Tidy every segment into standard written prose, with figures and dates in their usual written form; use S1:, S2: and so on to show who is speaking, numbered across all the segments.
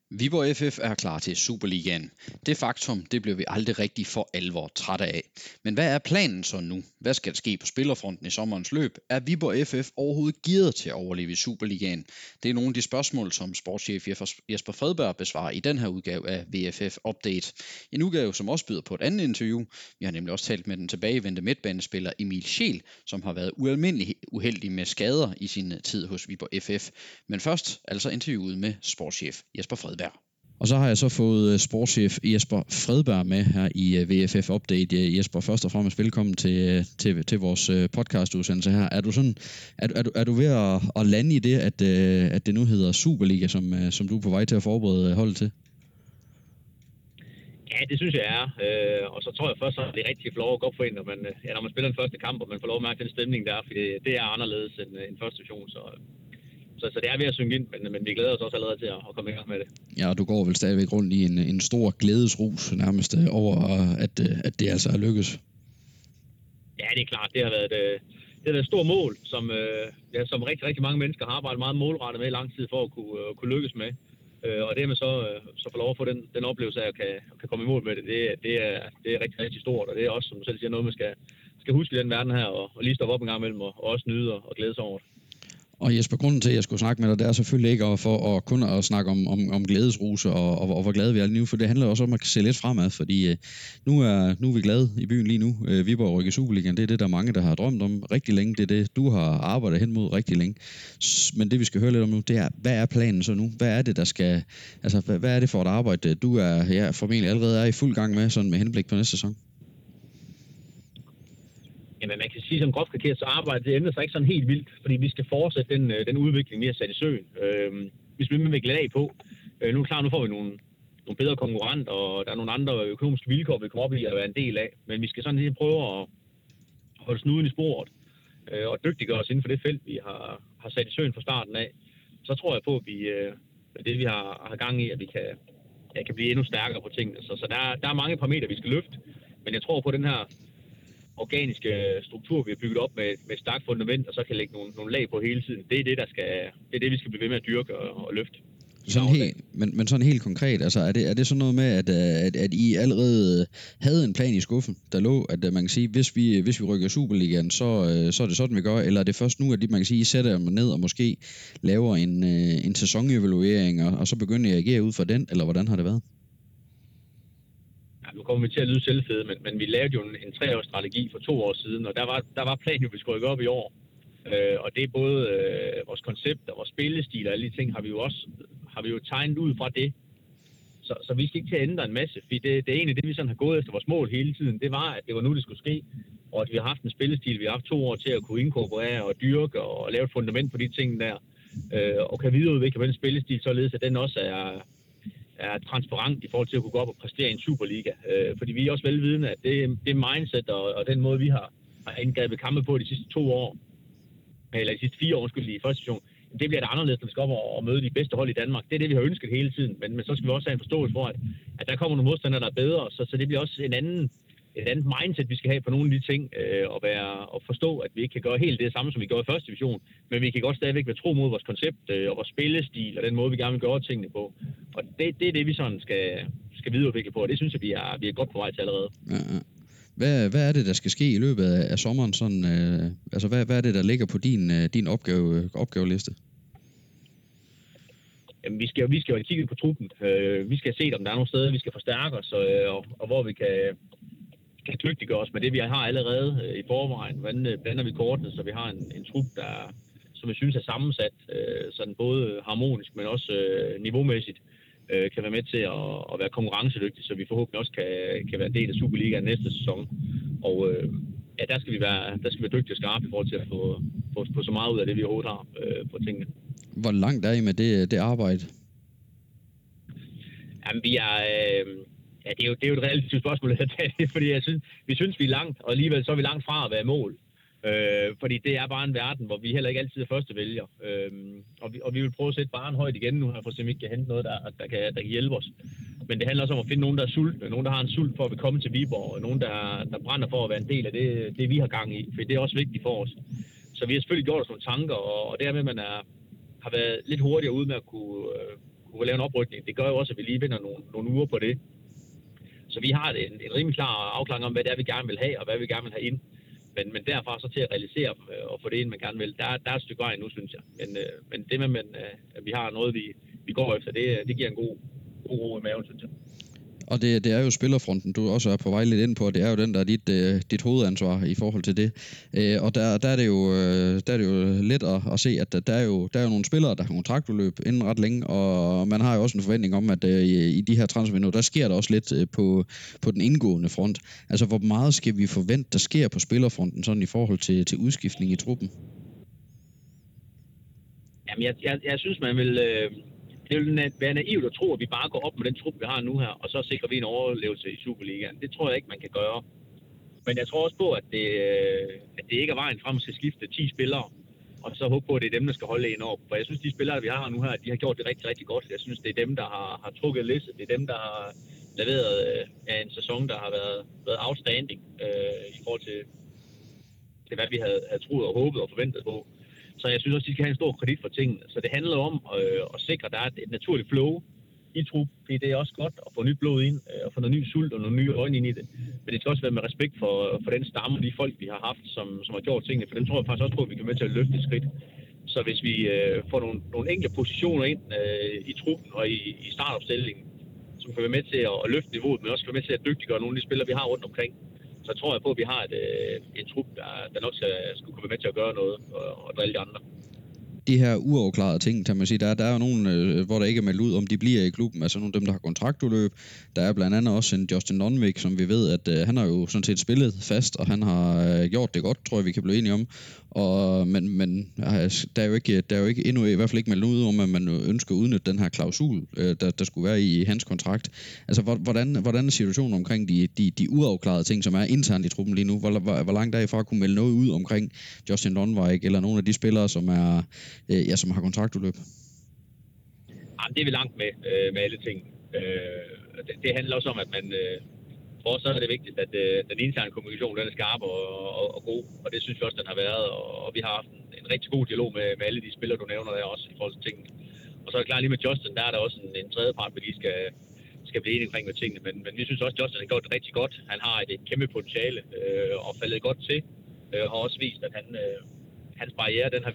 S1: Viborg FF er klar til Superligaen. Det faktum, det blev vi aldrig rigtig for alvor trætte af. Men hvad er planen så nu? Hvad skal der ske på spillerfronten i sommerens løb? Er Viborg FF overhovedet gearet til at overleve i Superligaen? Det er nogle af de spørgsmål, som sportschef Jesper Fredberg besvarer i den her udgave af VFF Update. En udgave, som også byder på et andet interview. Vi har nemlig også talt med den tilbagevendte midtbanespiller Emil Scheel, som har været ualmindelig uheldig med skader i sin tid hos Viborg FF. Men først altså interviewet med sportschef Jesper Fredberg. Og så har jeg så fået sportschef Jesper Fredberg med her i VFF Update. Jesper, først og fremmest velkommen til vores podcastudsendelse her. Er du ved at lande i det, at det nu hedder Superliga, som du er på vej til at forberede holdet til?
S2: Ja, det synes jeg er. Og så tror jeg først, at det er rigtig flot at gå for en, når man spiller den første kamp, og man får lov at mærke den stemning der, fordi det er anderledes end første division. Så det er ved at synge ind, men vi glæder os også allerede til at komme i gang med det.
S1: Ja, og du går vel stadigvæk rundt i en stor glædesrus nærmest over, at det altså er lykkes. Ja,
S2: det er klart. Det har været et stort mål, som rigtig, rigtig mange mennesker har arbejdet meget målrettet med i lang tid for at kunne lykkes med. Og det med så få lov at få den oplevelse af at kan komme i mål med det er rigtig, rigtig stort. Og det er også, som du selv siger, noget, man skal huske i den verden her, og lige stoppe op en gang imellem, og også nyde og glæde sig over det.
S1: Og Jesper, grunden til, at jeg skulle snakke med dig, det er selvfølgelig ikke for at kun at snakke om glædesruse og hvor glade vi er lige nu, for det handler også om at se lidt fremad, fordi nu er vi glade i byen lige nu. Viborg rykker i Superligaen, det er det, der er mange, der har drømt om rigtig længe. Det er det, du har arbejdet hen mod rigtig længe. Men det, vi skal høre lidt om nu, det er, hvad er planen så nu? Hvad er det, der skal, altså hvad er det for et arbejde, du er formentlig allerede er i fuld gang med, sådan med henblik på næste sæson?
S2: Jamen, man kan sige, som groft kalkeret, så arbejdet det ændrer sig ikke sådan helt vildt, fordi vi skal fortsætte den udvikling, vi har sat i søen. Vi skal blive viklet af på. Nu er klar, nu får vi nogle bedre konkurrenter, og der er nogle andre økonomiske vilkår, vi kommer op i at være en del af. Men vi skal sådan lige prøve at holde snuden i sporet og dygtiggøre os inden for det felt, vi har sat i søen fra starten af. Så tror jeg på, at vi har gang i, at vi kan blive endnu stærkere på tingene. Så der er mange parametre, vi skal løfte. Men jeg tror på den her organiske struktur, vi har bygget op med et stærkt fundament, og så kan lægge nogle lag på hele tiden. Det er det, vi skal blive ved med at dyrke og løfte.
S1: Men sådan helt konkret, altså er det sådan noget med, at I allerede havde en plan i skuffen, der lå, at man kan sige, hvis vi rykker Superligaen, så er det sådan, vi gør, eller er det først nu, at man kan sige, I sætter jer ned og måske laver en sæsonevaluering, og så begynder I at agere ud fra den, eller hvordan har det været?
S2: Nu kommer vi til at lyde selvfede, men vi lavede jo en 3-års strategi for 2 år siden, og der var planen jo, at vi skulle rykke op i år. Og det er både vores koncept og vores spillestil og alle de ting, har vi jo tegnet ud fra det. Så vi skal ikke til at ændre en masse, fordi det er egentlig det, vi sådan har gået efter vores mål hele tiden. Det var, at det var nu, det skulle ske, og at vi har haft en spillestil, vi har haft 2 år til at kunne inkorporere og dyrke og lave et fundament på de ting der, og kan videreudvikle den spillestil, således at den også er transparent i forhold til at kunne gå op og præstere i en Superliga. Fordi vi er også velvidende, at det mindset og den måde, vi har indgrebet kampe på de sidste 2 år, eller de sidste 4 år, i første division, det bliver det anderledes, når vi skal op og møde de bedste hold i Danmark. Det er det, vi har ønsket hele tiden, men så skal vi også have en forståelse for, at der kommer nogle modstandere, der er bedre, så det bliver også et andet mindset, vi skal have på nogle af de ting, og forstå, at vi ikke kan gøre helt det samme, som vi gjorde i første division, men vi kan godt stadigvæk være tro mod vores koncept og vores spillestil og den måde, vi gerne vil gøre tingene på. Og det er det, vi sådan skal videreudvikle på, og det synes jeg, vi er godt på vej til allerede.
S1: Ja. Hvad er det, der skal ske i løbet af sommeren? Sådan, altså hvad er det, der ligger på din opgaveliste?
S2: Jamen, vi skal jo have kigget på truppen. Vi skal se, om der er nogle steder, vi skal forstærke os, og hvor vi kan dygtiggøre os med det, vi har allerede i forvejen. Hvordan blander vi kortene, så vi har en trup, som jeg synes er sammensat, sådan både harmonisk, men også niveaumæssigt, kan være med til at være konkurrencedygtig, så vi forhåbentlig også kan være en del af Superligaen næste sæson. Og der skal vi være dygtige og skarpe i forhold til at få så meget ud af det, vi overhovedet har på tingene.
S1: Hvor langt er I med det arbejde?
S2: Jamen, det er jo et relativt spørgsmål, fordi vi synes, vi er langt, og alligevel så er vi langt fra at være i mål. Fordi det er bare en verden, hvor vi heller ikke altid er første vælger. Og vi vil prøve at sætte barren højt igen nu her, for at se, om vi ikke kan hente noget, der kan hjælpe os. Men det handler også om at finde nogen, der er sultne, nogen, der har en sult for at komme til Viborg, og nogen, der brænder for at være en del af det vi har gang i, for det er også vigtigt for os. Så vi har selvfølgelig gjort os nogle tanker, og dermed man har været lidt hurtigere ude med at kunne kunne lave en oprykning. Det gør jo også, at vi lige vinder nogle uger på det. Så vi har en rimelig klar afklaring om, hvad det er, vi gerne vil have, og hvad vi gerne vil have ind. Men derfra så til at realisere og få det ind, man gerne vil, der er et stykke vej nu, synes jeg. Men det med, at vi har noget, vi går efter, det giver en god ro i maven, synes jeg.
S1: Og det er jo spillerfronten, du også er på vej lidt ind på, det er jo den, der er dit hovedansvar i forhold til det. Og der er det jo let at se, at der er jo nogle spillere, der har kontraktudløb inden ret længe, og man har jo også en forventning om, at i de her transfervinduer, der sker der også lidt på den indgående front. Altså, hvor meget skal vi forvente, der sker på spillerfronten, sådan i forhold til udskiftning i truppen?
S2: Jamen, jeg synes, man vil... Det vil være naivt at tro, at vi bare går op med den trup, vi har nu her, og så sikrer vi en overlevelse i Superligaen. Det tror jeg ikke, man kan gøre. Men jeg tror også på, at det ikke er vejen frem, at skal skifte 10 spillere, og så håbe på, at det er dem, der skal holde en op. For jeg synes, de spillere, vi har nu her, de har gjort det rigtig, rigtig godt. Jeg synes, det er dem, der har trukket læsset. Det er dem, der har leveret en sæson, der har været outstanding i forhold til hvad vi havde troet og håbet og forventet på. Så jeg synes også, de skal have en stor kredit for tingene. Så det handler om at sikre, at der er et naturligt flow i trup. Det er også godt at få nyt blod ind, og få noget ny sult og nogle nye øjne ind i det. Men det skal også være med respekt for den stamme og de folk, vi har haft, som har gjort tingene. For dem tror jeg faktisk også på, at vi kan være med til at løfte et skridt. Så hvis vi får nogle enkelte positioner ind i truppen og i startopstillingen, som kan være med til at løfte niveauet, men også kan være med til at dygtiggøre nogle af de spillere, vi har rundt omkring, så tror jeg på, at vi har en trup, der nok skal kunne være med til at gøre noget og drille de andre.
S1: De her uafklarede ting, kan man sige, der er jo nogen, hvor der ikke er meldt ud, om de bliver i klubben, altså nogle af dem, der har kontraktudløb. Der er blandt andet også en Justin Lundvik, som vi ved, at han har jo sådan set spillet fast, og han har gjort det godt, tror jeg, vi kan blive enige om. Men der er jo ikke endnu, i hvert fald ikke meldt ud om, at man ønsker at udnytte den her klausul, der skulle være i hans kontrakt. Altså, hvordan er situationen omkring de uafklarede ting, som er internt i truppen lige nu? Hvor langt er I fra at kunne melde noget ud omkring Justin Lundvik, eller nogle af de spillere, som har kontraktudløb?
S2: Jamen, det er vi langt med alle ting. Det handler også om, at man... For os er det vigtigt, at den interne kommunikation den er skarp og god, og det synes vi også, den har været. Og vi har haft en rigtig god dialog med alle de spillere, du nævner der også i forhold til tingene. Og så er det klart lige med Justin, der er der også en tredje part, vi lige skal blive enige omkring med tingene. Men vi synes også, at Justin har gjort det rigtig godt. Han har et kæmpe potentiale og faldet godt til. Og har også vist, at hans barriere, den har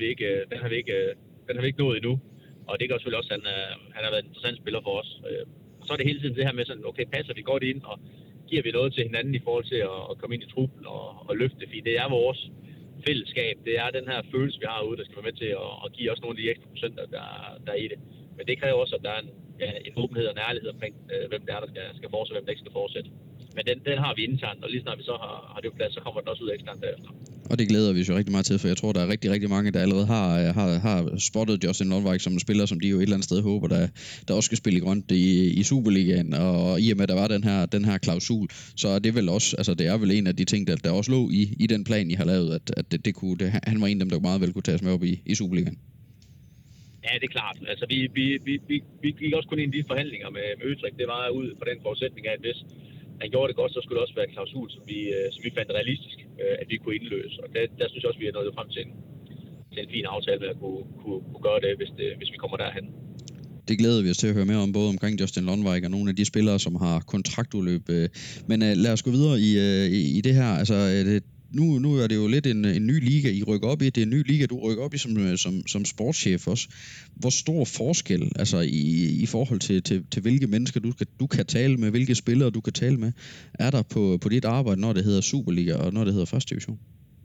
S2: vi ikke nået endnu. Og det gør selvfølgelig også, at han har været en interessant spiller for os. Og så er det hele tiden det her med sådan, okay, passer vi godt ind, og giver vi noget til hinanden i forhold til at komme ind i truppen og løfte det, fordi det er vores fællesskab. Det er den her følelse, vi har ude, der skal være med til at give os nogle af de ekstra procenter, der er i det. Men det kræver også, at der er en åbenhed og nærlighed omkring, hvem det er, der skal fortsætte, hvem der ikke skal fortsætte. Men den har vi internt, og lige snart vi så har det på plads, så kommer den også ud eksternt derefter.
S1: Og det glæder vi os jo rigtig meget til, for jeg tror, der er rigtig, rigtig mange, der allerede har spottet Justin Lundvik som en spiller, som de jo et eller andet sted håber, der også skal spille i grønt i Superligaen. Og i og med, at der var den her klausul, så er det vel også, altså det er vel en af de ting, der også lå i den plan, I har lavet, at han var en af dem, der meget vel kunne tages med op i Superligaen.
S2: Ja, det er klart. Altså, vi gik også kun ind i de forhandlinger med Utrecht. Det var ud fra den forudsætning af, at hvis han gjorde det godt, så skulle det også være en klausul, som vi fandt realistisk, at vi kunne indløse. Og der synes jeg også, vi er nået frem til en fin aftale med at kunne gøre det, hvis vi kommer derhen.
S1: Det glæder vi os til at høre mere om, både omkring Justin Lundvik og nogle af de spillere, som har kontraktudløb. Men lad os gå videre i det her. Altså, nu er det jo lidt en ny liga, I rykker op i. Det er en ny liga, du rykker op i som sportschef også. Hvor stor forskel, altså i forhold til hvilke mennesker du kan tale med, hvilke spillere du kan tale med, er der på dit arbejde, når det hedder Superliga og når det hedder første division?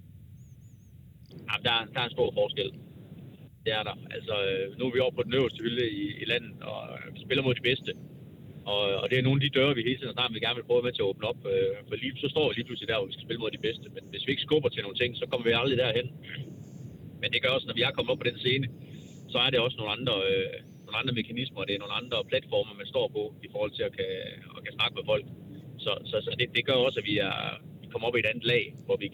S2: Jamen, der er en stor forskel. Det er der. Altså, nu er vi oppe på den øverste hylde i landet, og vi spiller mod de bedste. Og det er nogle af de døre, vi hele tiden snart vil gerne vil prøve med til at åbne op. For så står vi lige pludselig der, hvor vi skal spille mod de bedste. Men hvis vi ikke skubber til nogle ting, så kommer vi aldrig derhen. Men det gør også, når vi er kommet op på den scene, så er det også nogle andre mekanismer, og det er nogle andre platformer, man står på i forhold til at kan snakke med folk. Så det gør også, at vi kommer op i et andet lag, hvor vi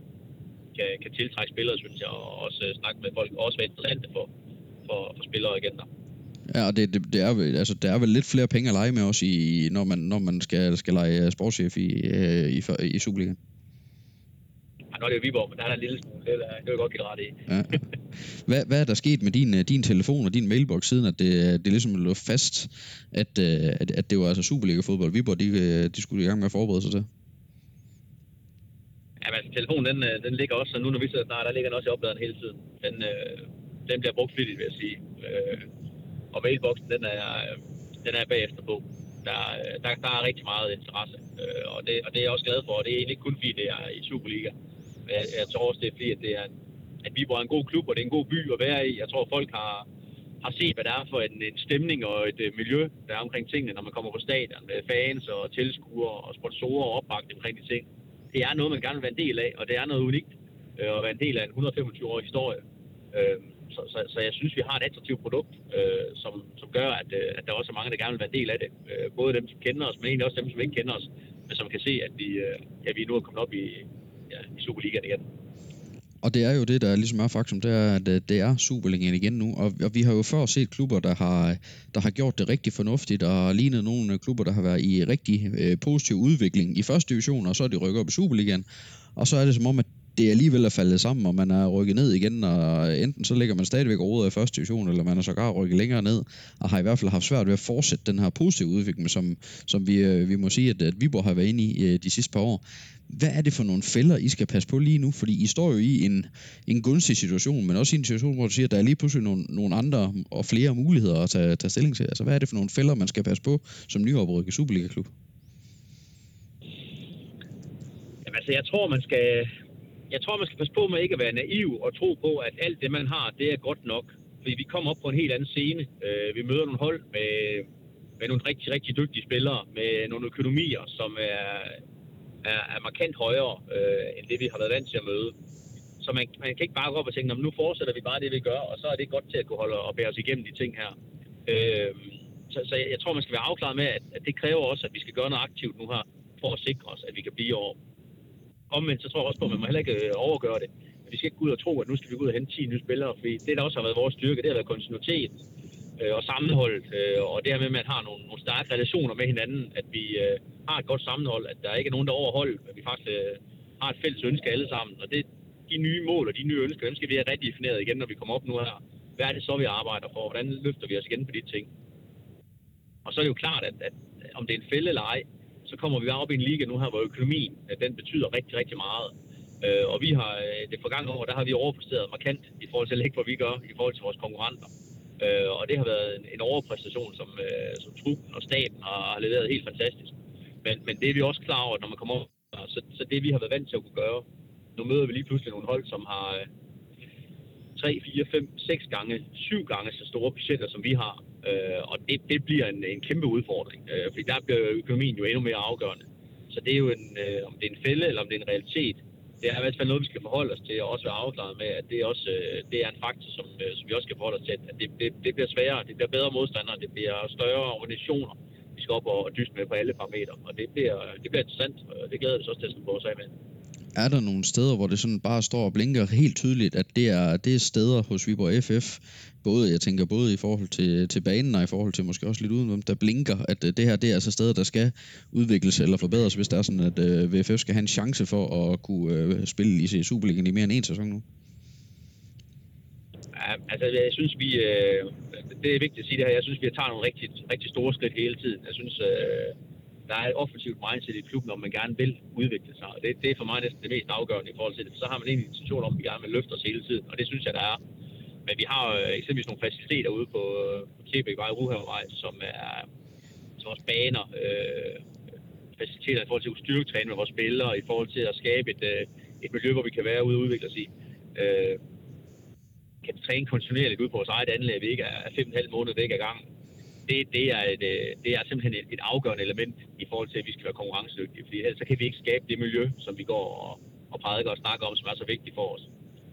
S2: kan tiltrække spillere, synes jeg, og også snakke med folk, og også være interessante for spillere og agenter.
S1: Ja, og der er vel lidt flere penge at lege med også, når man skal lege sportschef i Superligaen.
S2: nu er det jo Viborg, men der er en lille smule. Det er jo godt give ret i.
S1: Ja. Hvad er der sket med din telefon og din mailbox, siden at det ligesom lå fast, at det var altså Superliga-fodbold, Viborg de skulle i gang med at forberede sig til?
S2: Ja, men telefonen, den ligger også, og nu når vi sidder snart, der ligger den også i opladeren hele tiden. Den bliver brugt flittigt, vil jeg sige. Og mailboxen, den er bagefter på. Der er rigtig meget interesse, og det er jeg også glad for, og det er egentlig ikke kun fordi, det er i Superliga. Jeg tror også, det er fordi, at Viborg er en god klub, og det er en god by at være i. Jeg tror, folk har set, hvad der er for en stemning og et miljø, der er omkring tingene, når man kommer på stadion med fans og tilskuere og sponsorer og opbakning omkring de ting. Det er noget, man gerne vil være en del af, og det er noget unikt at være en del af en 125-årig historie. Så jeg synes, vi har et attraktivt produkt, som gør, at der også er mange, der gerne vil være en del af det. Både dem, som kender os, men egentlig også dem, som ikke kender os, men som kan se, at vi nu er kommet op i Superligaen igen.
S1: Og det er jo det, der ligesom er faktum, det er, at det er Superligaen igen nu. Og vi har jo før set klubber, der har gjort det rigtig fornuftigt, og lignet nogle klubber, der har været i rigtig positiv udvikling i første division, og så er de rykket op i Superligaen. Og så er det som om, at det alligevel er faldet sammen, og man er rykket ned igen, og enten så ligger man stadigvæk rodet i første division, eller man er sågar rykket længere ned, og har i hvert fald haft svært ved at fortsætte den her positive udvikling, som vi må sige, at Viborg har været inde i de sidste par år. Hvad er det for nogle fælder, I skal passe på lige nu? Fordi I står jo i en gunstig situation, men også i en situation, hvor du siger, at der er lige pludselig nogle andre og flere muligheder at tage stilling til. Altså, hvad er det for nogle fælder, man skal passe på som nyoprykket Superliga-klub?
S2: Jamen, altså, jeg tror, man skal passe på med ikke at være naiv og tro på, at alt det, man har, det er godt nok. Fordi vi kommer op på en helt anden scene. Vi møder nogle hold med nogle rigtig, rigtig dygtige spillere, med nogle økonomier, som er markant højere, end det, vi har været vant til at møde. Så man kan ikke bare gå op og tænke, nu fortsætter vi bare det, vi gør, og så er det godt til at kunne holde og bære os igennem de ting her. Så jeg tror, man skal være afklaret med, at det kræver også, at vi skal gøre noget aktivt nu her, for at sikre os, at vi kan blive over. Omvendt så tror jeg også på, at man må heller ikke overgøre det. Vi skal ikke gå ud og tro, at nu skal vi gå ud og hente 10 nye spillere, fordi det, der også har været vores styrke, det har været kontinuitet og sammenhold, og det her med, at man har nogle stærke relationer med hinanden, at vi har et godt sammenhold, at der ikke er nogen, der overholder, at vi faktisk har et fælles ønske alle sammen. Og de nye mål og de nye ønsker, dem skal vi have rigtig defineret igen, når vi kommer op nu her. Hvad er det så, vi arbejder for? Hvordan løfter vi os igen på de ting? Og så er det jo klart, at om det er en fælde eller ej, så kommer vi bare op i en liga nu her, hvor økonomien, den betyder rigtig, rigtig meget. Og vi har det forgangne år, der har vi overpræsteret markant i forhold til at lægge, hvad vi gør, i forhold til vores konkurrenter. Og det har været en overpræstation, som truppen og staten har leveret helt fantastisk. Men det er vi også klar over, at når man kommer op, så det vi har været vant til at kunne gøre. Nu møder vi lige pludselig nogle hold, som har 3, 4, 5, 6 gange, 7 gange så store budgetter, som vi har. Og det bliver en kæmpe udfordring, fordi der bliver økonomien jo endnu mere afgørende. Så det er jo om det er en fælde, eller om det er en realitet, det er i hvert fald noget, vi skal forholde os til, og også være afklaret med, at det er en faktor, som vi også skal forholde os til, at det bliver sværere, det bliver bedre modstandere, det bliver større organisationer, vi skal op og dyste med på alle parametre, og det bliver interessant, og det glæder vi os også til at skulle på os af med.
S1: Er der nogle steder, hvor det sådan bare står og blinker helt tydeligt, at det er steder hos Viborg FF, både i forhold til banen og i forhold til måske også lidt udenom, der blinker, at det her det er altså steder, der skal udvikles eller forbedres, hvis det er sådan, at VFF skal have en chance for at kunne spille i Superligaen i mere end en sæson nu?
S2: Ja, altså jeg synes det er vigtigt at sige det her, jeg synes vi tager nogle rigtig, rigtig store skridt hele tiden. Jeg synes der er et offensivt mindset i klubben, om man gerne vil udvikle sig. Og det er for mig næsten det mest afgørende i forhold til det. Så har man en intention om, at vi gerne vil løfte os hele tiden, og det synes jeg, der er. Men vi har eksempelvis nogle faciliteter ude på Tebækvej og Ruhavevej, som også baner, faciliteter i forhold til at styrketræne med vores spillere, i forhold til at skabe et miljø, hvor vi kan være ude og udvikle os i. Kan træne kontinuerligt ud på vores eget anlæg, vi ikke er 5,5 måneder væk ad gangen. Det er simpelthen et afgørende element i forhold til, at vi skal være konkurrencedygtige. Fordi ellers så kan vi ikke skabe det miljø, som vi går og prædiker og snakker om, som er så vigtigt for os.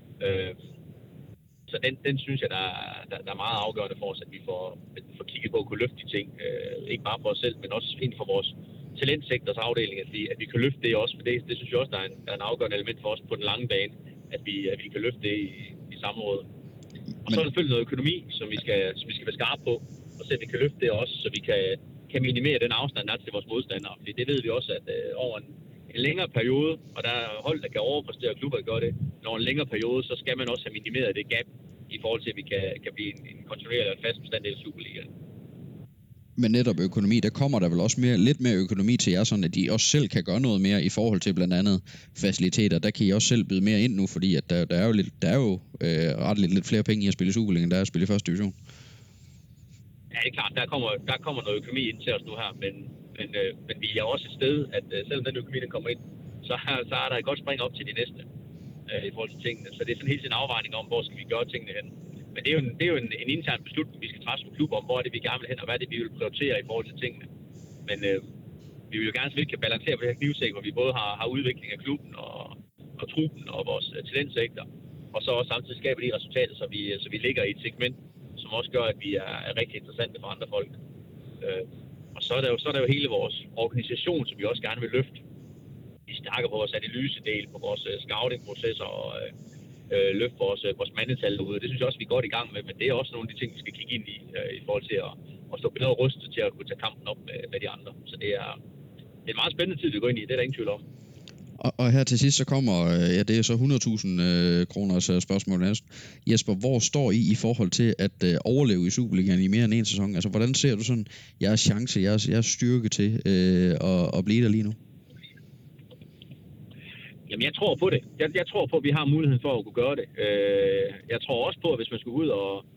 S2: Så den synes jeg, der er meget afgørende for os, at vi får kigget på at kunne løfte de ting. Ikke bare for os selv, men også inden for vores talentsektors afdeling, at vi kan løfte det også. For det synes jeg også, der er en afgørende element for os på den lange bane, at vi kan løfte det i samrådet. Og så er der selvfølgelig noget økonomi, som vi skal være skarpe på, og så at vi kan løfte det også, så vi kan minimere den afstand, der er til vores modstandere. Fordi det ved vi også, at over en længere periode, og der er hold, der kan overpræstere, og klubber, der gør det, når en længere periode, så skal man også have minimeret det gap, i forhold til, at vi kan blive en kontinuerlig og fast bestanddel af Superligaen.
S1: Men netop økonomi, der kommer der vel også lidt mere økonomi til jer, sådan at de også selv kan gøre noget mere i forhold til blandt andet faciliteter. Der kan I også selv byde mere ind nu, fordi at der er jo ret lidt flere penge i at spille Superligaen, end der er at spille i første division.
S2: Ja, det er klart, der kommer noget økonomi ind til os nu her, men vi er også et sted, at selvom den økonomi, den kommer ind, så er der et godt spring op til de næste i forhold til tingene. Så det er sådan helt en afvejning om, hvor skal vi gøre tingene hen. Men det er jo en intern beslutning, vi skal træffe som klub om, hvor er det, vi gerne vil hen, og hvad er det, vi vil prioritere i forhold til tingene. Men vi vil jo gerne selvfølgelig kan balancere på det her knivsæk, hvor vi både har udvikling af klubben og truppen og vores talentsektor, og så også samtidig skaber de resultater, så vi ligger i et segment, som også gør, at vi er rigtig interessante for andre folk. Og så er der jo hele vores organisation, som vi også gerne vil løfte. Vi snakker på vores analysedel, på vores scouting-processer og løfte vores mandetal derude. Det synes jeg også, vi er godt i gang med, men det er også nogle af de ting, vi skal kigge ind i forhold til at stå bedre rustet til at kunne tage kampen op med de andre. Så det er en meget spændende tid, vi går ind i. Det er der ingen tvivl om.
S1: Og her til sidst så kommer, det er så 100.000 kroners spørgsmål næsten. Jesper, hvor står I forhold til at overleve i Superligaen i mere end en sæson? Altså, hvordan ser du sådan jeres chance, jeres styrke til at blive der lige nu?
S2: Jamen, jeg tror på det. Jeg tror på, at vi har muligheden for at kunne gøre det. Jeg tror også på, at hvis man skulle ud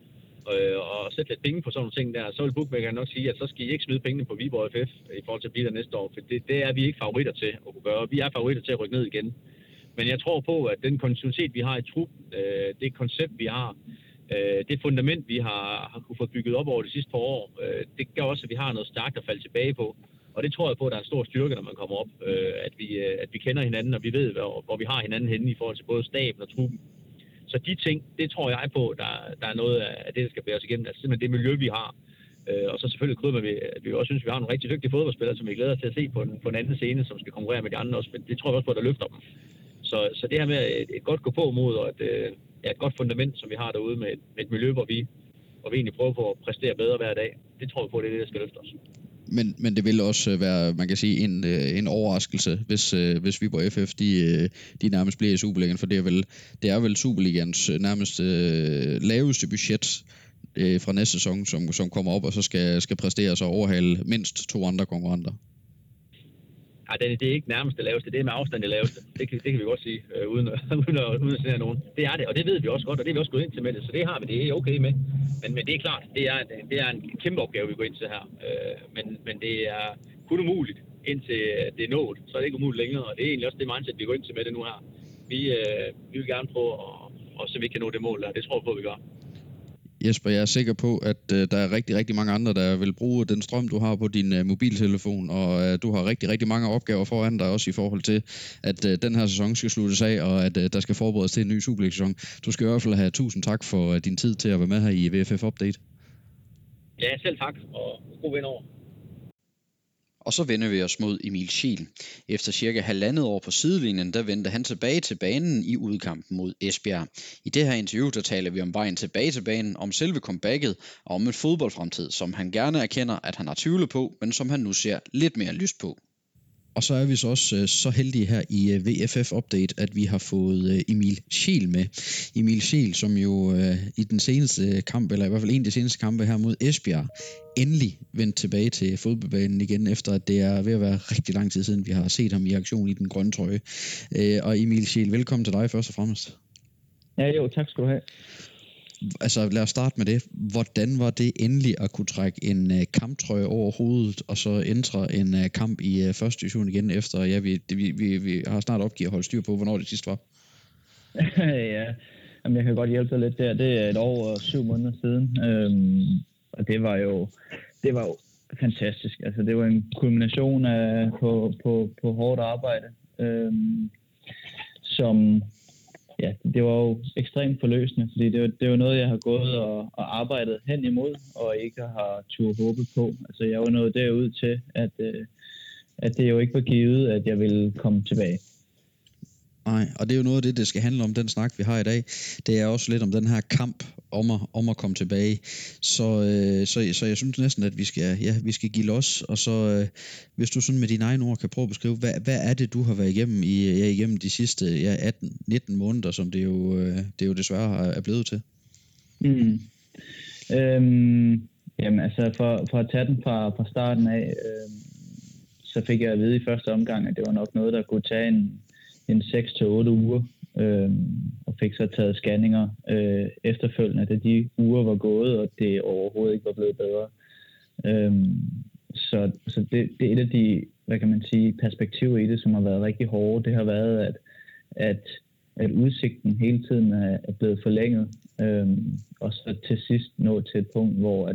S2: og sætte lidt penge på sådan nogle ting der, så vil bookmakerne nok sige, at så skal I ikke smide pengene på Viborg FF i forhold til at blive der næste år, for det er vi ikke favoritter til at kunne gøre. Vi er favoritter til at rykke ned igen. Men jeg tror på, at den kontinuitet, vi har i trup, det koncept, vi har, det fundament, vi har kunne få bygget op over de sidste par år, det gør også, at vi har noget stærkt at falde tilbage på. Og det tror jeg på, at der er en stor styrke, når man kommer op, at vi kender hinanden, og vi ved, hvor vi har hinanden henne i forhold til både staben og truppen. Så de ting, det tror jeg på, der er noget af det, der skal bære os igennem. Altså simpelthen det miljø, vi har. Og så selvfølgelig krydder med, at vi også synes, at vi har nogle rigtig dygtige fodboldspillere, som vi glæder os til at se på en anden scene, som skal konkurrere med de andre også. Men det tror jeg også på, at der løfter dem. Så det her med et godt gå på mod, og et godt fundament, som vi har derude med et miljø, hvor vi egentlig prøver på at præstere bedre hver dag, det tror jeg på, det er det, der skal løfte os.
S1: Men det vil også være, man kan sige, en overraskelse, hvis Viborg FF de nærmest bliver i Superligaen, for det er vel Superligaens nærmest laveste budget fra næste sæson, som kommer op og så skal præstere sig overhale mindst 2 andre konkurrenter.
S2: Ja, det er ikke nærmest det laveste, det er med afstand det laveste. Det kan vi godt sige, uden at sige nogen. Det er det, og det ved vi også godt, og det er vi også gået ind til med det, så det har vi, det er okay med. Men det er klart, det er en kæmpe opgave, vi går ind til her. Men det er kun umuligt, indtil det er nået, så er det ikke umuligt længere, og det er egentlig også det mindset, vi går ind til med det nu her. Vi vil gerne prøve at se, vi kan nå det mål der, det tror jeg på, vi gør.
S1: Jesper, jeg er sikker på, at der er rigtig, rigtig mange andre, der vil bruge den strøm, du har på din mobiltelefon, og du har rigtig, rigtig mange opgaver foran dig også i forhold til, at den her sæson skal sluttes af, og at der skal forberedes til en ny Superliga-sæson. Du skal i hvert fald have tusind tak for din tid til at være med her i VFF Update.
S2: Ja, selv tak, og god vind over.
S1: Og så vender vi os mod Emil Schiel. Efter cirka 1,5 år på sidelinjen, der vendte han tilbage til banen i udkampen mod Esbjerg. I det her interview, der taler vi om vejen tilbage til banen, om selve comebacket og om et fodboldfremtid, som han gerne erkender, at han har tvivlet på, men som han nu ser lidt mere lyst på. Og så er vi så også så heldige her i VFF Update, at vi har fået Emil Schiel med. Emil Schiel, som jo i den seneste kamp, eller i hvert fald en af de seneste kampe her mod Esbjerg, endelig vendt tilbage til fodboldbanen igen, efter at det er ved at være rigtig lang tid siden, vi har set ham i aktion i den grønne trøje. Og Emil Schiel, velkommen til dig først og fremmest.
S3: Ja, jo, tak skal du have.
S1: Altså lad os starte med det. Hvordan var det endelig at kunne trække en kamptrøje over hovedet, og så entre en kamp i første division igen efter, ja, vi har snart opgivet at holde styr på, hvornår det sidste var?
S3: Ja, jamen, jeg kan godt hjælpe dig lidt der. Det er 1 år og 7 måneder siden, og det var jo fantastisk. Altså det var en kulmination af på hårdt arbejde, som... Ja, det var jo ekstremt forløsende, fordi det var noget, jeg har gået og arbejdet hen imod, og ikke har turde håbe på. Altså, jeg var nået derud til, at det jo ikke var givet, at jeg ville komme tilbage.
S1: Nej, og det er jo noget af det skal handle om, den snak, vi har i dag. Det er også lidt om den her kamp om at komme tilbage. Så jeg synes næsten, at vi skal give los, og så hvis du sådan med dine egne ord kan prøve at beskrive, hvad er det, du har været igennem igennem de sidste 18-19 måneder, som det jo desværre er blevet til?
S3: Jamen altså, for at tage den fra starten af, så fik jeg at vide i første omgang, at det var nok noget, der kunne tage en 6 til 8 uger, og fik så taget scanninger efterfølgende, da de uger var gået, og det overhovedet ikke var blevet bedre. Så det er et af de, hvad kan man sige, perspektiver i det, som har været rigtig hårde. Det har været, at udsigten hele tiden er blevet forlænget, og så til sidst nå til et punkt, hvor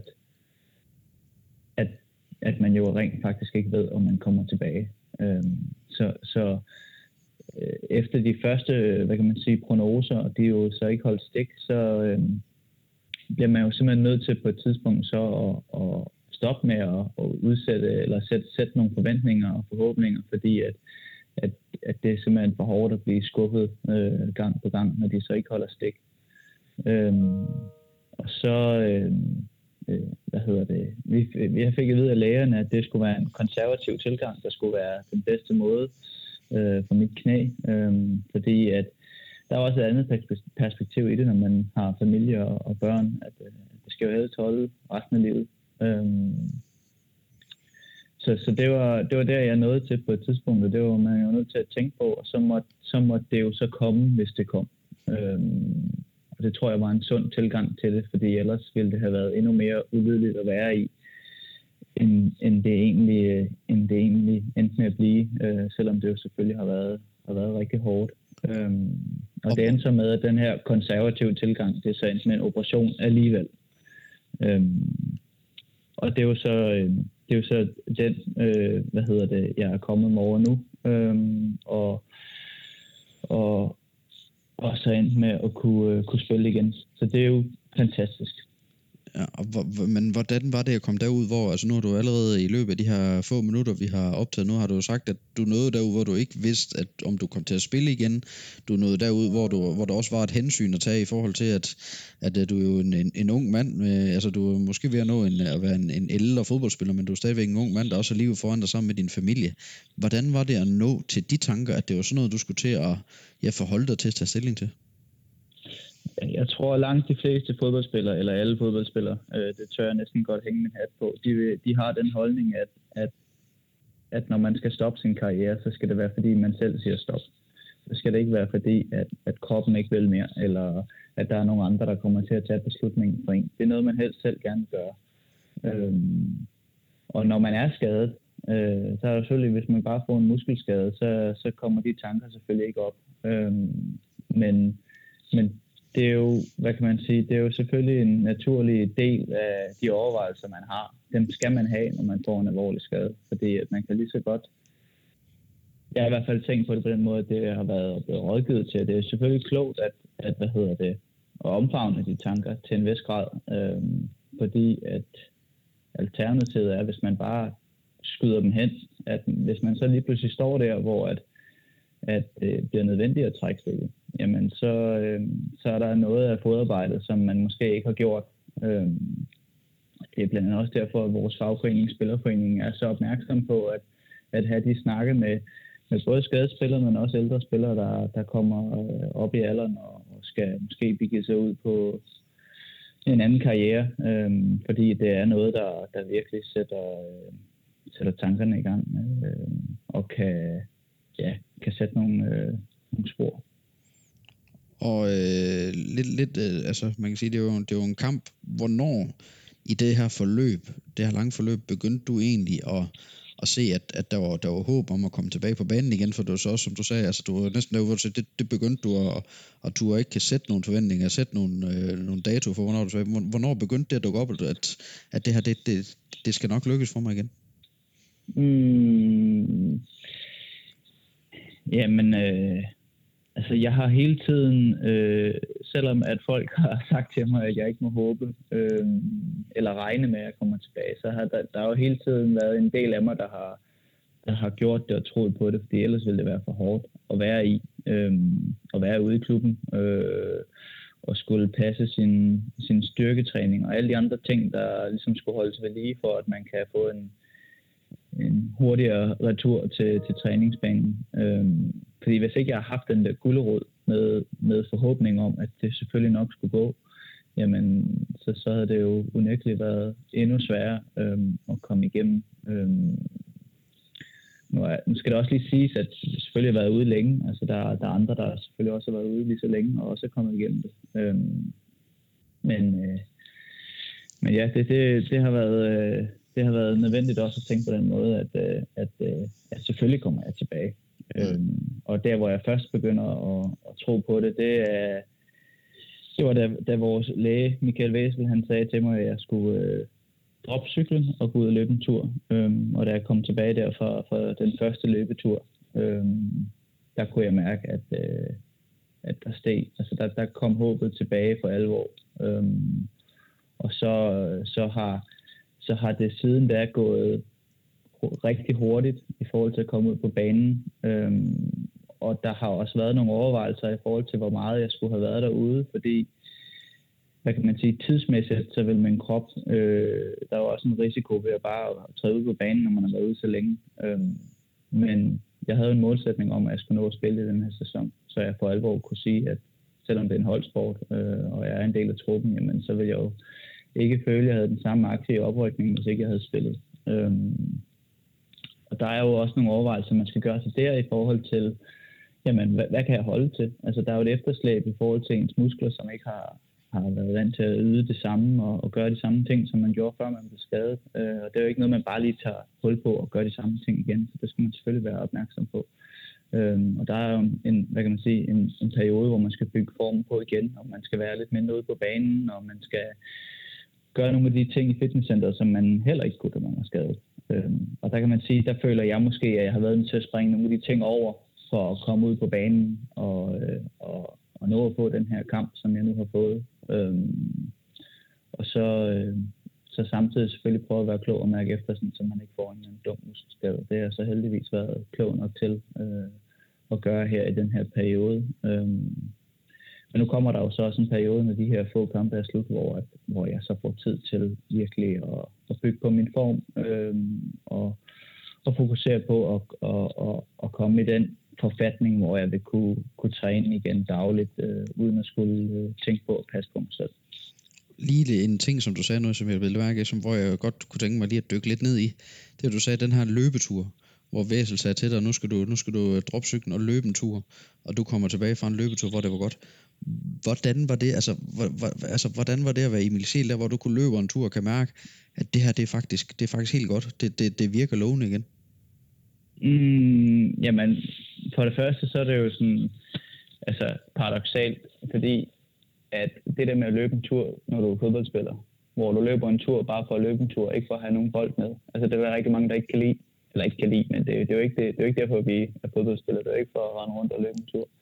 S3: at man jo rent faktisk ikke ved, om man kommer tilbage. Så efter de første, hvad kan man sige, prognoser, og de er jo så ikke holdt stik, så bliver man jo simpelthen nødt til på et tidspunkt så at stoppe med at udsætte, eller sætte nogle forventninger og forhåbninger, fordi at det er simpelthen for hårdt at blive skuffet gang på gang, når de så ikke holder stik. Og så, vi fik at vide af lægerne, at det skulle være en konservativ tilgang, der skulle være den bedste måde for mit knæ, fordi at der er også et andet perspektiv i det, når man har familie og børn, at det skal jo helst holde resten af livet. Så det var der, jeg nåede til på et tidspunkt, og det var man jo nødt til at tænke på, og så måtte det jo så komme, hvis det kom. Og det tror jeg var en sund tilgang til det, fordi ellers ville det have været endnu mere ulydeligt at være i, end det egentlig endte med at blive, selvom det jo selvfølgelig har været rigtig hårdt. Og det endte så med, at den her konservative tilgang, det er så endte med en operation alligevel. Og det er jo så den, jeg er kommet mig over nu, og så endte med at kunne spille igen. Så det er jo fantastisk.
S1: Ja, men hvordan var det at komme derud, hvor, altså nu har du allerede i løbet af de her få minutter, vi har optaget nu, har du jo sagt, at du nåede derud, hvor du ikke vidste, at om du kom til at spille igen. Du nåede derud, hvor der også var et hensyn at tage i forhold til, at du er jo en ung mand, altså du er måske ved at nå at være en ældre fodboldspiller, men du er stadigvæk en ung mand, der også har livet foran dig sammen med din familie. Hvordan var det at nå til de tanker, at det var sådan noget, du skulle til at forholde dig til at tage stilling til?
S3: Jeg tror, at langt de fleste fodboldspillere, eller alle fodboldspillere, det tør jeg næsten godt hænge min hat på, de har den holdning, at når man skal stoppe sin karriere, så skal det være, fordi man selv siger stop. Så skal det ikke være, fordi at kroppen ikke vil mere, eller at der er nogle andre, der kommer til at tage beslutningen for en. Det er noget, man helst selv gerne gør. Og når man er skadet, så er det selvfølgelig, hvis man bare får en muskelskade, så kommer de tanker selvfølgelig ikke op. Men det er jo, hvad kan man sige, det er jo selvfølgelig en naturlig del af de overvejelser, man har. Dem skal man have, når man får en alvorlig skade, fordi at man kan lige så godt. Jeg har i hvert fald tænkt på det på den måde, at det har været blevet rådgivet til. Det er selvfølgelig klogt at omfavne de tanker til en vis grad, fordi at alternativet er, hvis man bare skyder dem hen, at hvis man så lige pludselig står der, hvor at det bliver nødvendigt at trække stikket, jamen så er der noget af fodarbejdet, som man måske ikke har gjort. Det er blandt andet også derfor, at vores fagforening, Spillerforeningen, er så opmærksom på at have de snakke med både skadespillere, men også ældre spillere, der kommer op i alderen og skal måske begive sig ud på en anden karriere, fordi det er noget, der virkelig sætter tankerne i gang og kan sætte nogle spor.
S1: Og altså man kan sige, det er jo en kamp. Hvornår i det her forløb, det her lange forløb, begyndte du egentlig at se, at der var håb om at komme tilbage på banen igen, for det var så også, som du sagde, altså du var næsten der, hvor det begyndte du at du ikke kan sætte nogle forventninger, sætte nogle dato for, hvornår du sagde. Hvornår begyndte det at dukke op, at det her, det skal nok lykkes for mig igen?
S3: Jamen, altså jeg har hele tiden, selvom at folk har sagt til mig, at jeg ikke må håbe eller regne med, at jeg kommer tilbage, så har der jo hele tiden været en del af mig, der har gjort det og troet på det, fordi ellers ville det være for hårdt. at være i, og være ude i klubben, og skulle passe sin styrketræning og alle de andre ting, der ligesom skulle holdes ved lige, for at man kan få en hurtigere retur til træningsbanen. Fordi hvis ikke jeg har haft den der gulerod med forhåbning om, at det selvfølgelig nok skulle gå, jamen så havde det jo unægteligt været endnu sværere at komme igennem. Nu skal det også lige siges, at det selvfølgelig har været ude længe. Altså der er andre, der selvfølgelig også har været ude lige så længe og også er kommet igennem det. Men ja, det har været nødvendigt også at tænke på den måde, at selvfølgelig kommer jeg tilbage. Og der, hvor jeg først begynder at tro på det, det var da vores læge, Michael Væsel, han sagde til mig, at jeg skulle droppe cyklen og gå ud og løbe en tur. Og da jeg kom tilbage der fra den første løbetur, der kunne jeg mærke, at der steg. Altså der kom håbet tilbage for alvor. Og så har det siden da gået rigtig hurtigt i forhold til at komme ud på banen. Og der har også været nogle overvejelser i forhold til, hvor meget jeg skulle have været derude, fordi, hvad kan man sige, tidsmæssigt, så vil min krop, der er jo også en risiko ved at bare træde ud på banen, når man har været ude så længe. Men jeg havde en målsætning om, at jeg skulle nå at spille i den her sæson, så jeg for alvor kunne sige, at selvom det er en holdsport, og jeg er en del af truppen, jamen, så vil jeg jo ikke føle, at jeg havde den samme aktive oprykning, hvis ikke jeg havde spillet. Og der er jo også nogle overvejelser, man skal gøre sig der i forhold til, jamen, hvad kan jeg holde til? Altså, der er jo et efterslæb i forhold til ens muskler, som ikke har været vant til at yde det samme og gøre de samme ting, som man gjorde, før man blev skadet. Og det er jo ikke noget, man bare lige tager hul på og gør de samme ting igen. Så det skal man selvfølgelig være opmærksom på. Og der er jo en periode, hvor man skal bygge formen på igen, og man skal være lidt mindre ude på banen, og man skal gøre nogle af de ting i fitnesscenteret, som man heller ikke kunne, da man var skadet. Og der kan man sige, der føler jeg måske, at jeg har været nødt til at springe nogle af de ting over, for at komme ud på banen og nå at få den her kamp, som jeg nu har fået. Og så samtidig selvfølgelig prøve at være klog og mærke efter, så man ikke får en dum muskelskade. Det har så heldigvis været klog nok til at gøre her i den her periode. Men nu kommer der jo så også en periode, når de her få kampe er slut, hvor jeg så får tid til virkelig at bygge på min form og fokusere på at komme i den forfatning, hvor jeg vil kunne træne igen dagligt, uden at skulle tænke på at passe på mig selv.
S1: Lige en ting, som du sagde noget, som jeg ville mærke, hvor jeg godt kunne tænke mig lige at dykke lidt ned i, det er, du sagde, den her løbetur, hvor Væsel sagde til dig, nu skal du droppe cyklen og løbe en tur, og du kommer tilbage fra en løbetur, hvor det var godt. Hvordan var det, hvordan var det at være Emil Scheel, der hvor du kunne løbe en tur og kan mærke, at det her, det er faktisk helt godt, det virker lovende igen?
S3: Jamen, for det første, så er det jo sådan, paradoksalt, fordi at det der med at løbe en tur, når du er fodboldspiller, hvor du løber en tur bare for at løbe en tur, ikke for at have nogen bold med. Altså, det er der rigtig mange, der ikke kan lide, men det er jo ikke derfor, at vi er fodboldspiller. Det er jo ikke for at rende rundt og løbe en tur.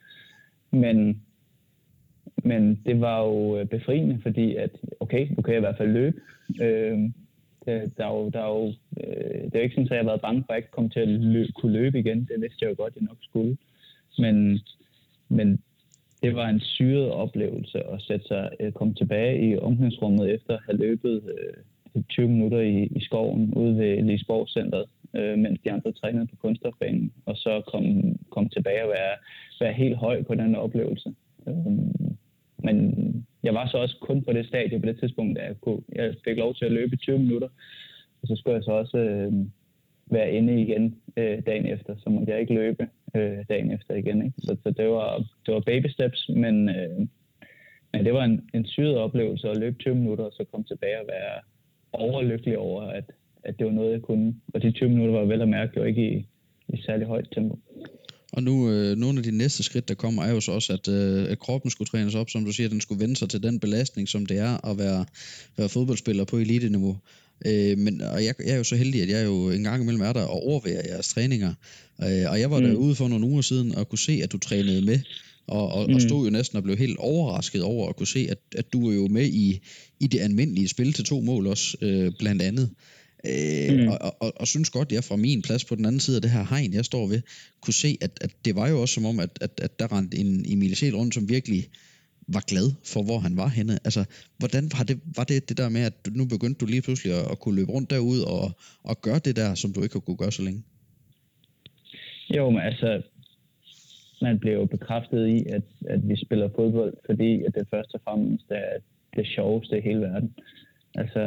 S3: Men det var jo befriende, fordi at, okay, nu kan jeg i hvert fald løbe. Det er jo ikke sådan, at jeg har været bange for at ikke komme til at kunne løbe igen. Det vidste jeg jo godt, jeg nok skulle. Men det var en syret oplevelse at komme tilbage i omklædningsrummet efter at have løbet 20 minutter i skoven ude ved Lisborg Centeret, mens de andre trænede på kunststofbanen, og så komme tilbage og være helt høj på den oplevelse. Men jeg var så også kun på det stadie på det tidspunkt, at jeg fik lov til at løbe 20 minutter, og så skulle jeg så også være inde igen dagen efter, så måtte jeg ikke løbe dagen efter igen. Ikke? Så det var baby steps, men det var en syret oplevelse at løbe 20 minutter, og så komme tilbage og være overlykkelig over, at det var noget, jeg kunne. Og de 20 minutter var vel at mærke jo ikke i særlig højt tempo.
S1: Og nu, nogle af de næste skridt, der kommer, er jo så også, at kroppen skulle trænes op, som du siger, den skulle vende sig til den belastning, som det er at være fodboldspiller på elite-niveau. Og jeg er jo så heldig, at jeg jo en gang imellem er der og overværer jeres træninger. Og jeg var derude for nogle uger siden og kunne se, at du trænede med, og stod jo næsten og blev helt overrasket over at kunne se, at du er jo med i det almindelige spil til 2 mål også, blandt andet. Og synes godt, jeg fra min plads på den anden side af det her hegn, jeg står ved, kunne se, at det var jo også som om, at der rendte en Emil Scheel rundt, som virkelig var glad for, hvor han var henne. Altså, hvordan var det der med, at nu begyndte du lige pludselig at kunne løbe rundt derude og gøre det der, som du ikke har kunne gøre så længe?
S3: Jo, men altså, man bliver jo bekræftet i, at vi spiller fodbold, fordi at det først og fremmest er det sjoveste i hele verden. Altså,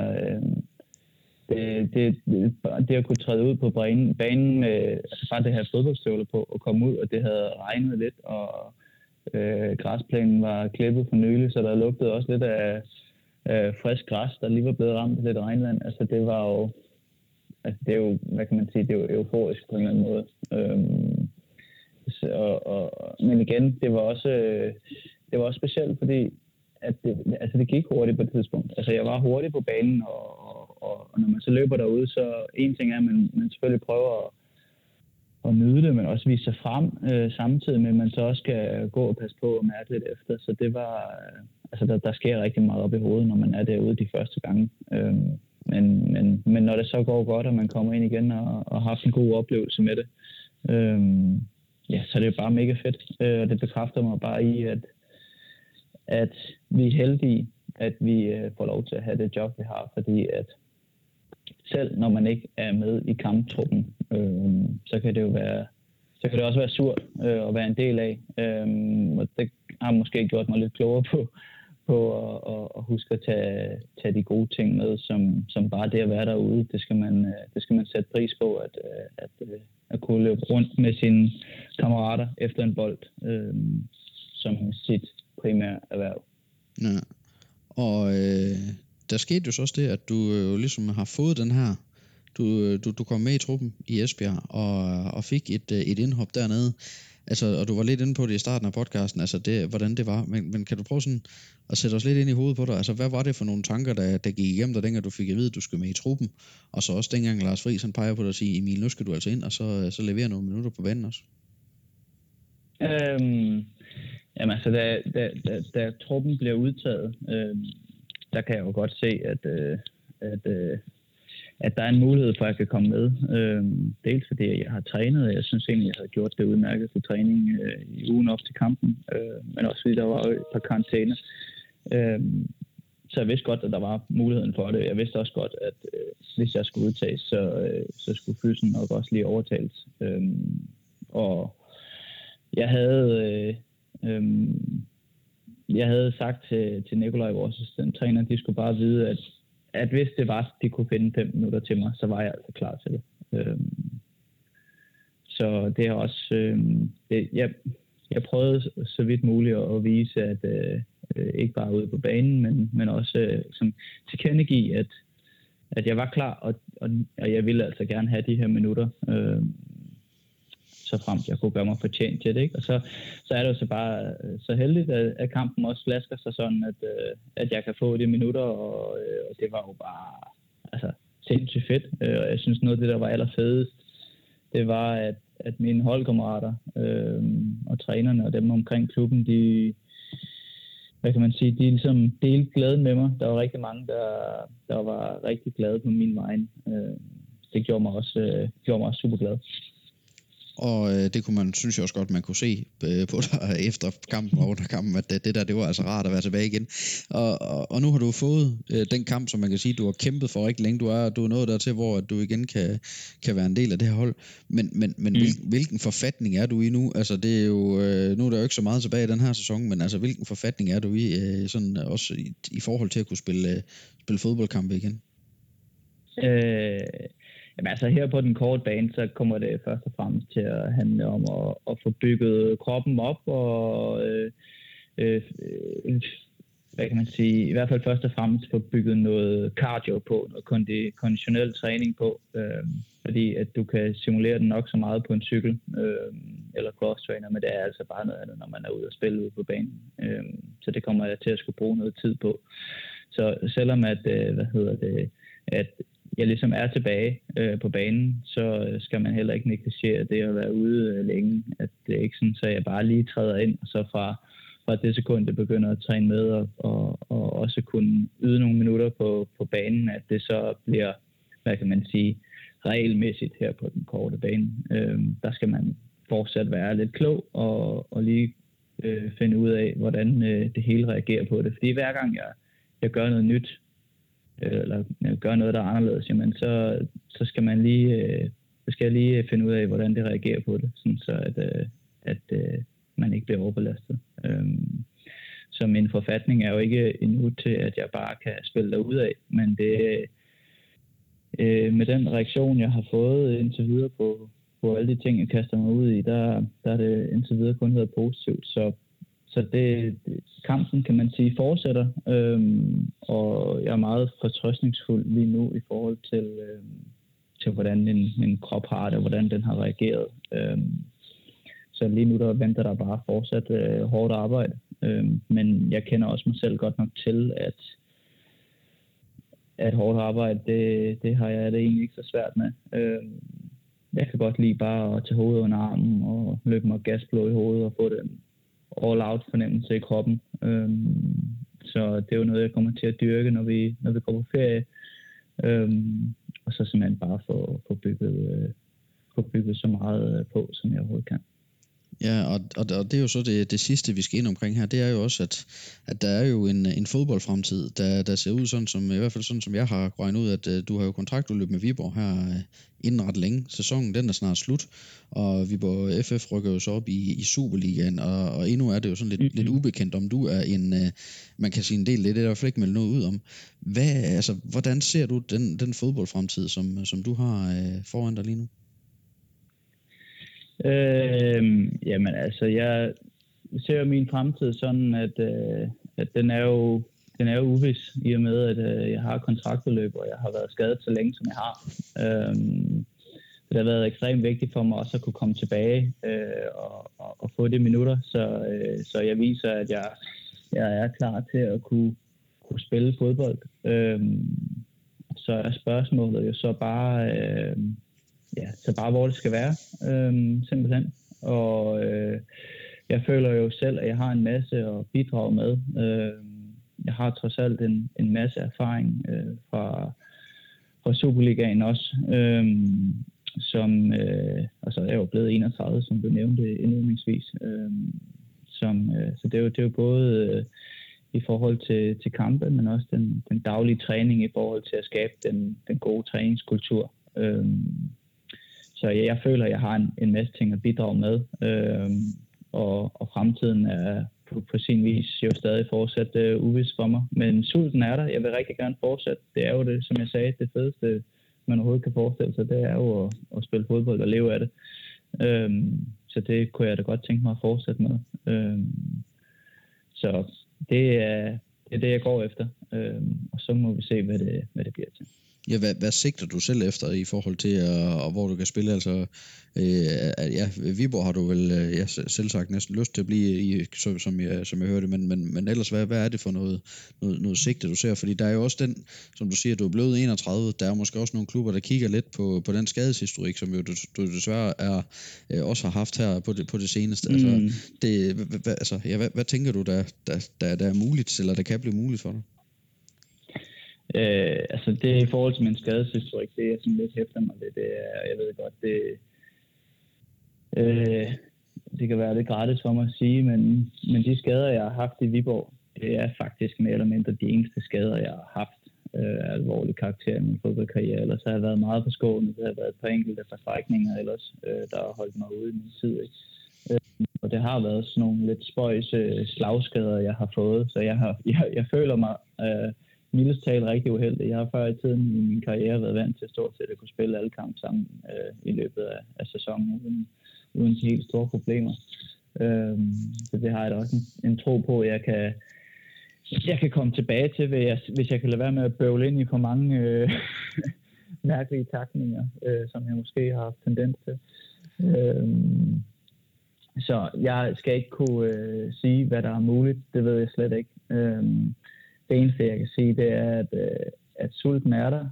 S3: det at kunne træde ud på banen med altså bare det her fodboldstøvler på og komme ud, og det havde regnet lidt, og græsplænen var klippet for nylig, så der lugtede også lidt af frisk græs, der lige var blevet ramt af lidt regnvand. Altså det var jo, altså det er jo, hvad kan man sige, det er jo euforisk på en eller anden måde. Men igen, det var også specielt, fordi at det gik hurtigt på et tidspunkt. Altså jeg var hurtig på banen, og når man så løber derude, så en ting er, at man selvfølgelig prøver at nyde det, men også vise sig frem, samtidig med, at man så også skal gå og passe på og mærke lidt efter. Så det var, altså der sker rigtig meget op i hovedet, når man er derude de første gange. Men når det så går godt, og man kommer ind igen og har haft en god oplevelse med det, så det er bare mega fedt. Og det bekræfter mig bare i, at vi er heldige, at vi får lov til at have det job, vi har, fordi at selv når man ikke er med i kamptruppen, så kan det jo være, så kan det også være surt at være en del af. Og det har måske gjort mig lidt klogere på at huske at tage de gode ting med, som bare det at være derude. Det skal man sætte pris på, at kunne løbe rundt med sine kammerater efter en bold, som sit primære erhverv.
S1: Ja. Og der skete jo så også det, at du ligesom har fået den her, du kom med i truppen i Esbjerg, og fik et indhop dernede. Altså, og du var lidt inde på det i starten af podcasten, altså hvordan det var, men kan du prøve sådan at sætte os lidt ind i hovedet på dig? Altså, hvad var det for nogle tanker, der gik igennem dig, dengang du fik at vide, at du skulle med i truppen, og så også dengang Lars Friis han peger på dig og siger, Emil, nu skal du altså ind, og så levere nogle minutter på banen også?
S3: Jamen altså, da truppen bliver udtaget, der kan jeg jo godt se, at der er en mulighed for, at jeg kan komme med. Dels fordi jeg har trænet, og jeg synes egentlig, jeg havde gjort det udmærket til træning i ugen op til kampen, men også fordi der var et par karantæner. Så jeg vidste godt, at der var muligheden for det. Jeg vidste også godt, at hvis jeg skulle udtages, så skulle fysen nok også lige overtales. Og jeg havde sagt til Nikolaj, vores assistenttræner, de skulle bare vide, at hvis det var, de kunne finde 5 minutter til mig, så var jeg altså klar til det. Så det er også... jeg prøvede så vidt muligt at vise, at ikke bare ude på banen, men også som tilkendegive, at jeg var klar, og jeg ville altså gerne have de her minutter, så frem jeg kunne gøre mig fortjent til det. Ikke? Og så er det jo så bare så heldigt, at kampen også flasker sig sådan, at jeg kan få de minutter, og det var jo bare altså, sindssygt fedt. Og jeg synes, noget af det, der var allerfedest, det var, at mine holdkammerater og trænerne og dem omkring klubben, de ligesom delte glæden med mig. Der var rigtig mange, der var rigtig glade på min vegne. Det gjorde mig også super glad. Og
S1: det kunne man, synes jeg også godt, man kunne se på dig efter kampen og under kampen, at det der, det var altså rart at være tilbage igen. Og nu har du fået den kamp, som man kan sige, du har kæmpet for rigtig længe. Du er nået dertil, hvor du igen kan være en del af det her hold. Men hvilken forfatning er du i nu? Altså det er jo, nu er der jo ikke så meget tilbage i den her sæson, men altså hvilken forfatning er du i, sådan også i forhold til at kunne spille fodboldkampe igen?
S3: Jamen altså her på den korte bane, så kommer det først og fremmest til at handle om at få bygget kroppen op og hvad kan man sige, i hvert fald først og fremmest få bygget noget cardio på, noget konditionel træning på, fordi at du kan simulere den nok så meget på en cykel eller cross-trainer, men det er altså bare noget andet, når man er ude og spille ude på banen. Så det kommer jeg til at skulle bruge noget tid på. Så selvom at jeg ligesom er tilbage på banen, så skal man heller ikke negligere det at være ude længe. At det er ikke sådan, så jeg bare lige træder ind, og så fra det sekund, det begynder at træne med, og også kunne yde nogle minutter på banen, at det så bliver hvad kan man sige, regelmæssigt her på den korte bane. Der skal man fortsat være lidt klog og lige finde ud af, hvordan det hele reagerer på det. Fordi hver gang jeg gør noget nyt, eller gør noget, der er anderledes, jamen så skal man skal jeg lige finde ud af, hvordan det reagerer på det, sådan så at man ikke bliver overbelastet. Så min forfatning er jo ikke endnu til, at jeg bare kan spille derud af, men det med den reaktion, jeg har fået indtil videre på alle de ting, jeg kaster mig ud i, der er det indtil videre kun været positivt. Så kampen, kan man sige, fortsætter, og jeg er meget fortrøstningsfuld lige nu i forhold til hvordan min krop har det, og hvordan den har reageret. Så lige nu der venter der bare fortsat hårdt arbejde. Men jeg kender også mig selv godt nok til, at hårdt arbejde, det har jeg det egentlig ikke så svært med. Jeg kan godt lide bare at tage hovedet under armen og løbe mig gasblå i hovedet og få den all-out fornemmelse i kroppen. Så det er jo noget, jeg kommer til at dyrke, når vi går på ferie. Og så simpelthen bare få bygget så meget på, som jeg overhovedet kan.
S1: Ja, og det er jo så det sidste, vi skal ind omkring her, det er jo også, at der er jo en fodboldfremtid, der ser ud sådan som, i hvert fald sådan som jeg har regnet ud, at du har jo kontraktudløb med Viborg her inden ret længe. Sæsonen, den er snart slut, og Viborg FF rykker jo så op i Superligaen, og endnu er det jo sådan lidt ubekendt, om du er man kan sige en del, det er der i hvert fald ikke meldt noget ud om. Hvordan ser du den fodboldfremtid, som du har foran dig lige nu?
S3: Jamen altså, jeg ser jo min fremtid sådan, at den er jo uvis, i og med, at jeg har kontraktudløb, og jeg har været skadet så længe, som jeg har. Det har været ekstremt vigtigt for mig også at kunne komme tilbage og få de minutter, så jeg viser, at jeg er klar til at kunne spille fodbold. Så er spørgsmålet jo så bare... så bare hvor det skal være, simpelthen. Og jeg føler jo selv, at jeg har en masse at bidrage med. Jeg har trods alt en masse erfaring fra Superligaen også, altså jeg er jo blevet 31, som du nævnte indledningsvis. Så det er jo både i forhold til kampe, men også den daglige træning i forhold til at skabe den gode træningskultur. Så jeg føler, at jeg har en masse ting at bidrage med, og fremtiden er på sin vis jo stadig fortsat uvis for mig. Men sulten er der. Jeg vil rigtig gerne fortsætte. Det er jo det, som jeg sagde, det fedeste, man overhovedet kan forestille sig, det er jo at spille fodbold og leve af det. Så det kunne jeg da godt tænke mig at fortsætte med. Så det er det, jeg går efter. Og så må vi se, hvad det bliver til.
S1: Ja, hvad sigter du selv efter i forhold til, og hvor du kan spille? Altså, Viborg har du vel selv sagt næsten lyst til at blive i, som jeg hørte, men ellers, hvad er det for noget sigte, du ser? Fordi der er jo også den, som du siger, du er blevet 31, der er måske også nogle klubber, der kigger lidt på den skadeshistorik, som jo du desværre også har haft her på det seneste. Altså, hvad tænker du, der er muligt, eller der kan blive muligt for dig?
S3: Altså det i forhold til min skadeshistorik, det er sådan lidt hæfter mig lidt. Jeg ved godt, det kan være lidt gratis for mig at sige, men de skader, jeg har haft i Viborg, det er faktisk mere eller mindre de eneste skader, jeg har haft alvorlig karakter i min fodboldkarriere. Ellers har jeg været meget forskånet. Det har været et par enkelte forstrækninger ellers, der har holdt mig ude i min tid. Og det har været sådan nogle lidt spøjs slagskader, jeg har fået, så jeg føler mig... mildest talt rigtig uheldig. Jeg har før i tiden i min karriere været vant til stort set at kunne spille alle kampe sammen i løbet af sæsonen uden helt store problemer. Så det har jeg da også en tro på, at jeg kan komme tilbage til, hvis jeg kan lade være med at bøvle ind i for mange mærkelige takninger, som jeg måske har haft tendens til. Så jeg skal ikke kunne sige, hvad der er muligt. Det ved jeg slet ikke. Det eneste, jeg kan sige, det er, at sulten er der,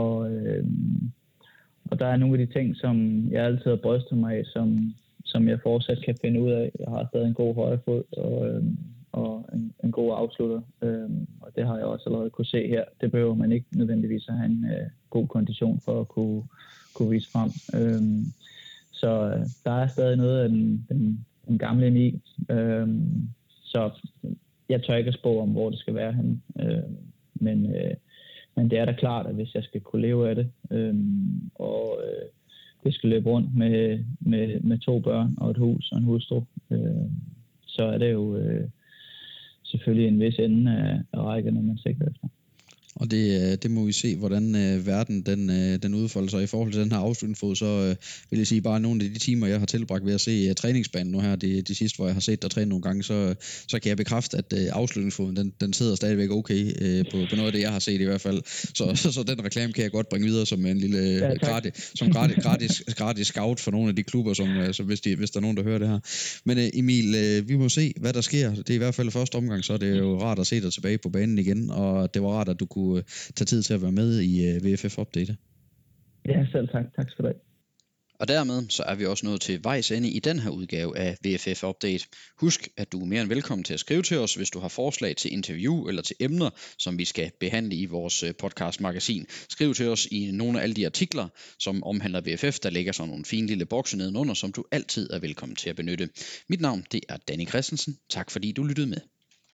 S3: og der er nogle af de ting, som jeg altid har brystet mig af, som jeg fortsat kan finde ud af. Jeg har stadig en god højre fod og en god afslutter, og det har jeg også allerede kunne se her. Det behøver man ikke nødvendigvis at have en god kondition for at kunne vise frem. Så der er stadig noget af den gamle Emil. Så jeg tør ikke at spå om, hvor det skal være henne. Men det er da klart, at hvis jeg skal kunne leve af det, og det skal løbe rundt med 2 børn og et hus og en hustru, så er det jo selvfølgelig en vis ende af rækkerne, man sigter efter.
S1: Og det må vi se, hvordan verden den udfolder sig i forhold til den her afslutningsfod. Så vil jeg sige, bare nogle af de timer, jeg har tilbragt ved at se træningsbanen nu her, de sidste, hvor jeg har set dig træne nogle gange, så kan jeg bekræfte, at afslutningsfoden, den sidder stadigvæk okay på noget af det, jeg har set i hvert fald. Så den reklame kan jeg godt bringe videre som en lille gratis scout for nogle af de klubber, som hvis der er nogen, der hører det her. Men Emil, vi må se, hvad der sker. Det er i hvert fald første omgang, så er det jo rart at se dig tilbage på banen igen, og det var rart, at du kunne tage tid til at være med i VFF Update.
S3: Ja, selv tak. Tak skal du have.
S1: Og dermed så er vi også nået til vejs ende i den her udgave af VFF Update. Husk, at du er mere end velkommen til at skrive til os, hvis du har forslag til interview eller til emner, som vi skal behandle i vores podcast-magasin. Skriv til os i nogle af alle de artikler, som omhandler VFF. Der ligger sådan nogle fine lille bokse nedenunder, som du altid er velkommen til at benytte. Mit navn, det er Danny Christensen. Tak fordi du lyttede med.